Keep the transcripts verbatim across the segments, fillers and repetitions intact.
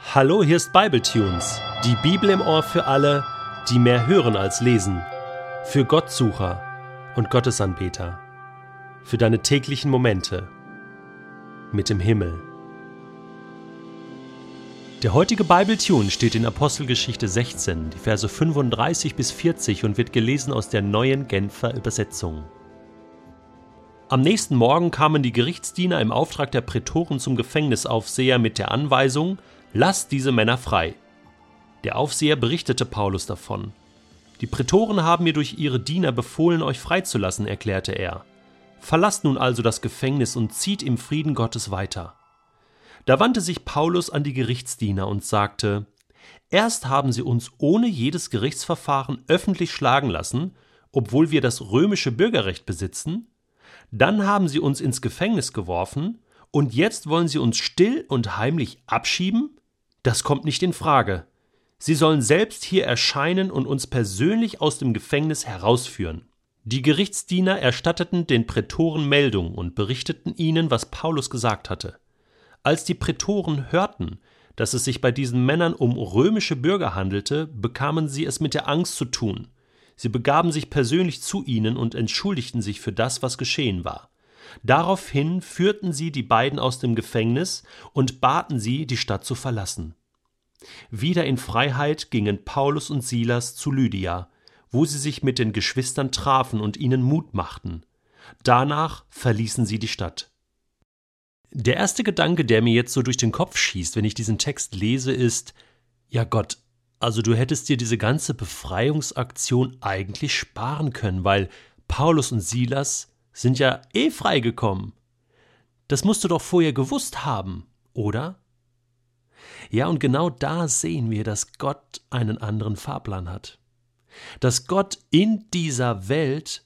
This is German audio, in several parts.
Hallo, hier ist Bibletunes, die Bibel im Ohr für alle, die mehr hören als lesen, für Gottsucher und Gottesanbeter, für deine täglichen Momente mit dem Himmel. Der heutige Bibletune steht in Apostelgeschichte sechzehn, die Verse fünfunddreißig bis vierzig und wird gelesen aus der neuen Genfer Übersetzung. Am nächsten Morgen kamen die Gerichtsdiener im Auftrag der Prätoren zum Gefängnisaufseher mit der Anweisung: Lasst diese Männer frei. Der Aufseher berichtete Paulus davon. Die Prätoren haben mir durch ihre Diener befohlen, euch freizulassen, erklärte er. Verlasst nun also das Gefängnis und zieht im Frieden Gottes weiter. Da wandte sich Paulus an die Gerichtsdiener und sagte: Erst haben sie uns ohne jedes Gerichtsverfahren öffentlich schlagen lassen, obwohl wir das römische Bürgerrecht besitzen. Dann haben sie uns ins Gefängnis geworfen und jetzt wollen sie uns still und heimlich abschieben? Das kommt nicht in Frage. Sie sollen selbst hier erscheinen und uns persönlich aus dem Gefängnis herausführen. Die Gerichtsdiener erstatteten den Prätoren Meldung und berichteten ihnen, was Paulus gesagt hatte. Als die Prätoren hörten, dass es sich bei diesen Männern um römische Bürger handelte, bekamen sie es mit der Angst zu tun. Sie begaben sich persönlich zu ihnen und entschuldigten sich für das, was geschehen war. Daraufhin führten sie die beiden aus dem Gefängnis und baten sie, die Stadt zu verlassen. Wieder in Freiheit gingen Paulus und Silas zu Lydia, wo sie sich mit den Geschwistern trafen und ihnen Mut machten. Danach verließen sie die Stadt. Der erste Gedanke, der mir jetzt so durch den Kopf schießt, wenn ich diesen Text lese, ist: Ja Gott, also du hättest dir diese ganze Befreiungsaktion eigentlich sparen können, weil Paulus und Silas sind ja eh freigekommen. Das musst du doch vorher gewusst haben, oder? Ja, und genau da sehen wir, dass Gott einen anderen Fahrplan hat. Dass Gott in dieser Welt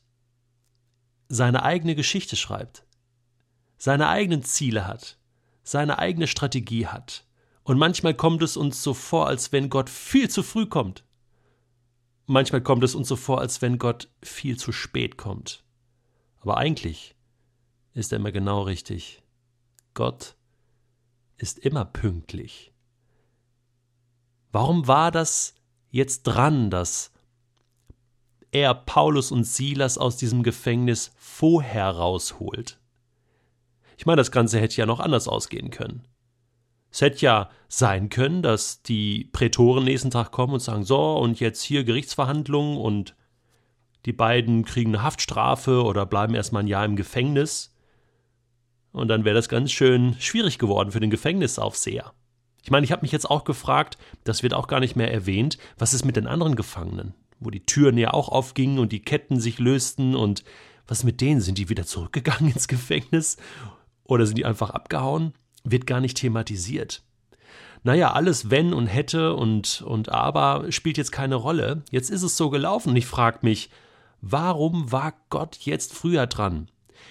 seine eigene Geschichte schreibt, seine eigenen Ziele hat, seine eigene Strategie hat. Und manchmal kommt es uns so vor, als wenn Gott viel zu früh kommt. Manchmal kommt es uns so vor, als wenn Gott viel zu spät kommt. Aber eigentlich ist er immer genau richtig. Gott ist immer pünktlich. Warum war das jetzt dran, dass er Paulus und Silas aus diesem Gefängnis vorher rausholt? Ich meine, das Ganze hätte ja noch anders ausgehen können. Es hätte ja sein können, dass die Prätoren nächsten Tag kommen und sagen: So, und jetzt hier Gerichtsverhandlungen und die beiden kriegen eine Haftstrafe oder bleiben erstmal ein Jahr im Gefängnis. Und dann wäre das ganz schön schwierig geworden für den Gefängnisaufseher. Ich meine, ich habe mich jetzt auch gefragt, das wird auch gar nicht mehr erwähnt, was ist mit den anderen Gefangenen, wo die Türen ja auch aufgingen und die Ketten sich lösten, und was mit denen? Sind die wieder zurückgegangen ins Gefängnis oder sind die einfach abgehauen? Wird gar nicht thematisiert. Naja, alles wenn und hätte und, und aber spielt jetzt keine Rolle. Jetzt ist es so gelaufen und ich frage mich, warum war Gott jetzt früher dran?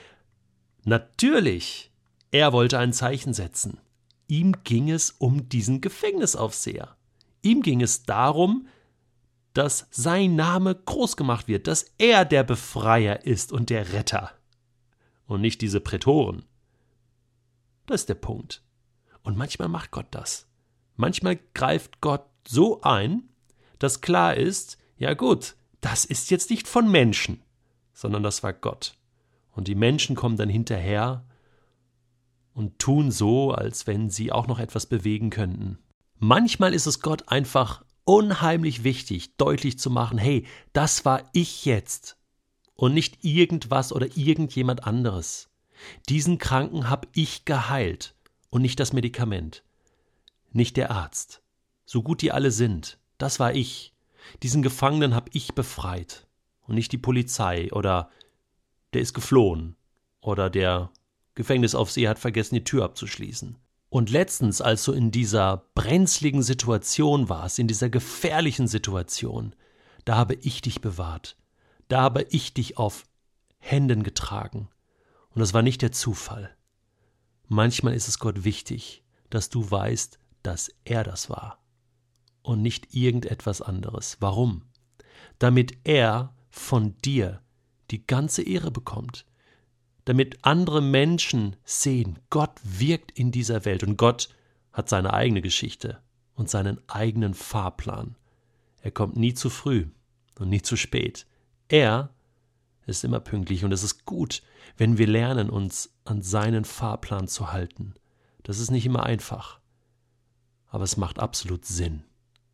Natürlich, er wollte ein Zeichen setzen. Ihm ging es um diesen Gefängnisaufseher. Ihm ging es darum, dass sein Name groß gemacht wird, dass er der Befreier ist und der Retter und nicht diese Prätoren. Das ist der Punkt. Und manchmal macht Gott das. Manchmal greift Gott so ein, dass klar ist, ja gut, das ist jetzt nicht von Menschen, sondern das war Gott. Und die Menschen kommen dann hinterher und tun so, als wenn sie auch noch etwas bewegen könnten. Manchmal ist es Gott einfach unheimlich wichtig, deutlich zu machen: Hey, das war ich jetzt und nicht irgendwas oder irgendjemand anderes. Diesen Kranken habe ich geheilt und nicht das Medikament, nicht der Arzt. So gut die alle sind, das war ich. Diesen Gefangenen habe ich befreit und nicht die Polizei oder der ist geflohen oder der Gefängnisaufseher hat vergessen, die Tür abzuschließen. Und letztens, als du in dieser brenzligen Situation warst, in dieser gefährlichen Situation, da habe ich dich bewahrt, da habe ich dich auf Händen getragen. Und das war nicht der Zufall. Manchmal ist es Gott wichtig, dass du weißt, dass er das war und nicht irgendetwas anderes. Warum? Damit er von dir die ganze Ehre bekommt. Damit andere Menschen sehen, Gott wirkt in dieser Welt und Gott hat seine eigene Geschichte. und seinen eigenen Fahrplan. Er kommt nie zu früh und nie zu spät. Er ist immer pünktlich und es ist gut, wenn wir lernen, uns an seinen Fahrplan zu halten. Das ist nicht immer einfach, aber es macht absolut Sinn.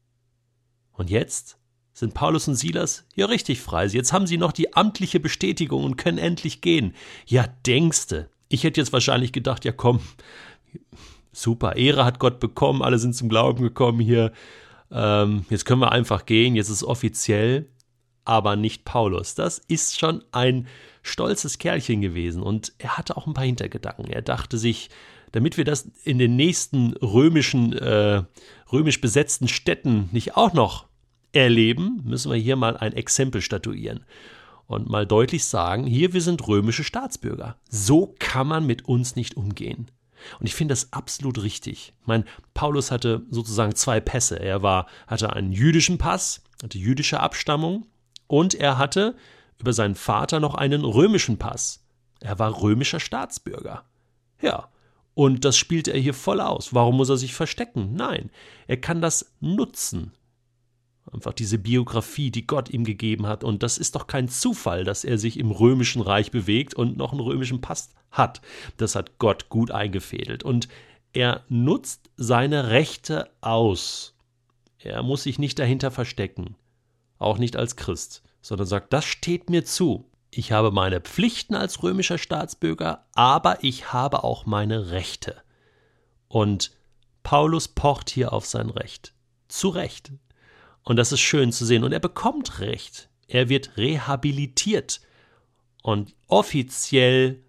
Und jetzt sind Paulus und Silas ja richtig frei. Jetzt haben sie noch die amtliche Bestätigung und können endlich gehen. Ja, denkste. Ich hätte jetzt wahrscheinlich gedacht, ja komm, super, Ehre hat Gott bekommen, alle sind zum Glauben gekommen hier. Ähm, jetzt können wir einfach gehen, jetzt ist es offiziell, aber nicht Paulus. Das ist schon ein stolzes Kerlchen gewesen und er hatte auch ein paar Hintergedanken. Er dachte sich, damit wir das in den nächsten römischen, äh, römisch besetzten Städten nicht auch noch erleben, müssen wir hier mal ein Exempel statuieren und mal deutlich sagen, hier, wir sind römische Staatsbürger. So kann man mit uns nicht umgehen. Und ich finde das absolut richtig. Ich meine, Paulus hatte sozusagen zwei Pässe. Er war, hatte einen jüdischen Pass, hatte jüdische Abstammung und er hatte über seinen Vater noch einen römischen Pass. Er war römischer Staatsbürger. Ja, und das spielt er hier voll aus. Warum muss er sich verstecken? Nein, er kann das nutzen. Einfach diese Biografie, die Gott ihm gegeben hat. Und das ist doch kein Zufall, dass er sich im römischen Reich bewegt und noch einen römischen Pass hat. Das hat Gott gut eingefädelt. Und er nutzt seine Rechte aus. Er muss sich nicht dahinter verstecken. Auch nicht als Christ. Sondern sagt, das steht mir zu. Ich habe meine Pflichten als römischer Staatsbürger, aber ich habe auch meine Rechte. Und Paulus pocht hier auf sein Recht. Zu Recht. Und das ist schön zu sehen. Und er bekommt Recht. Er wird rehabilitiert. Und offiziell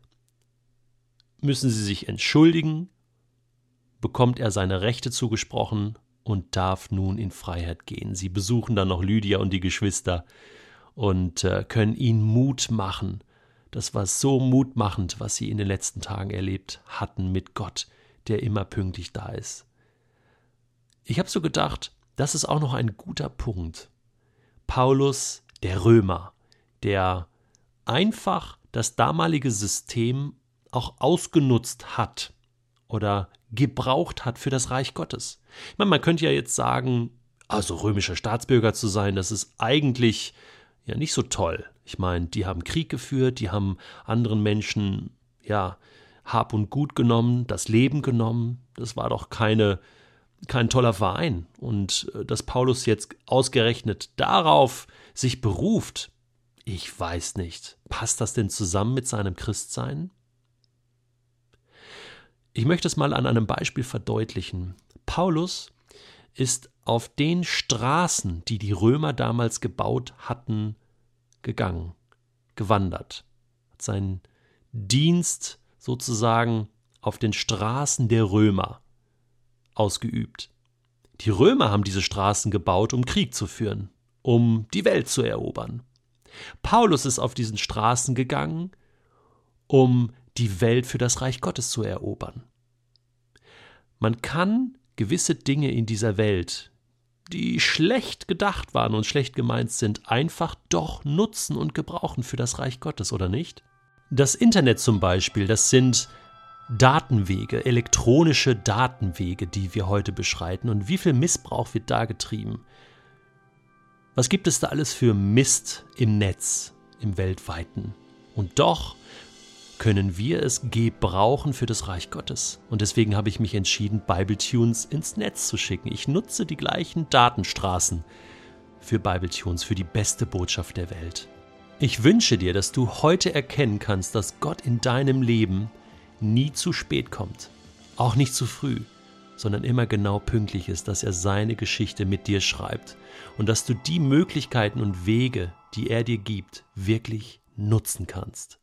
müssen sie sich entschuldigen, bekommt er seine Rechte zugesprochen und darf nun in Freiheit gehen. Sie besuchen dann noch Lydia und die Geschwister und äh, können ihnen Mut machen. Das war so mutmachend, was sie in den letzten Tagen erlebt hatten mit Gott, der immer pünktlich da ist. Ich habe so gedacht, das ist auch noch ein guter Punkt. Paulus, der Römer, der einfach das damalige System auch ausgenutzt hat oder gebraucht hat für das Reich Gottes. Ich meine, man könnte ja jetzt sagen, also römischer Staatsbürger zu sein, das ist eigentlich ja nicht so toll. Ich meine, die haben Krieg geführt, die haben anderen Menschen ja Hab und Gut genommen, das Leben genommen. Das war doch keine kein toller Verein. Und dass Paulus jetzt ausgerechnet darauf sich beruft, ich weiß nicht. Passt das denn zusammen mit seinem Christsein? Ich möchte es mal an einem Beispiel verdeutlichen. Paulus ist auf den Straßen, die die Römer damals gebaut hatten, gegangen, gewandert, hat seinen Dienst sozusagen auf den Straßen der Römer ausgeübt. Die Römer haben diese Straßen gebaut, um Krieg zu führen, um die Welt zu erobern. Paulus ist auf diesen Straßen gegangen, um die Welt für das Reich Gottes zu erobern. Man kann gewisse Dinge in dieser Welt, die schlecht gedacht waren und schlecht gemeint sind, einfach doch nutzen und gebrauchen für das Reich Gottes, oder nicht? Das Internet zum Beispiel, das sind Datenwege, elektronische Datenwege, die wir heute beschreiten. Und wie viel Missbrauch wird da getrieben? Was gibt es da alles für Mist im Netz, im weltweiten? Und doch können wir es gebrauchen für das Reich Gottes. Und deswegen habe ich mich entschieden, Bibletunes ins Netz zu schicken. Ich nutze die gleichen Datenstraßen für Bibletunes, für die beste Botschaft der Welt. Ich wünsche dir, dass du heute erkennen kannst, dass Gott in deinem Leben nie zu spät kommt, auch nicht zu früh, sondern immer genau pünktlich ist, dass er seine Geschichte mit dir schreibt und dass du die Möglichkeiten und Wege, die er dir gibt, wirklich nutzen kannst.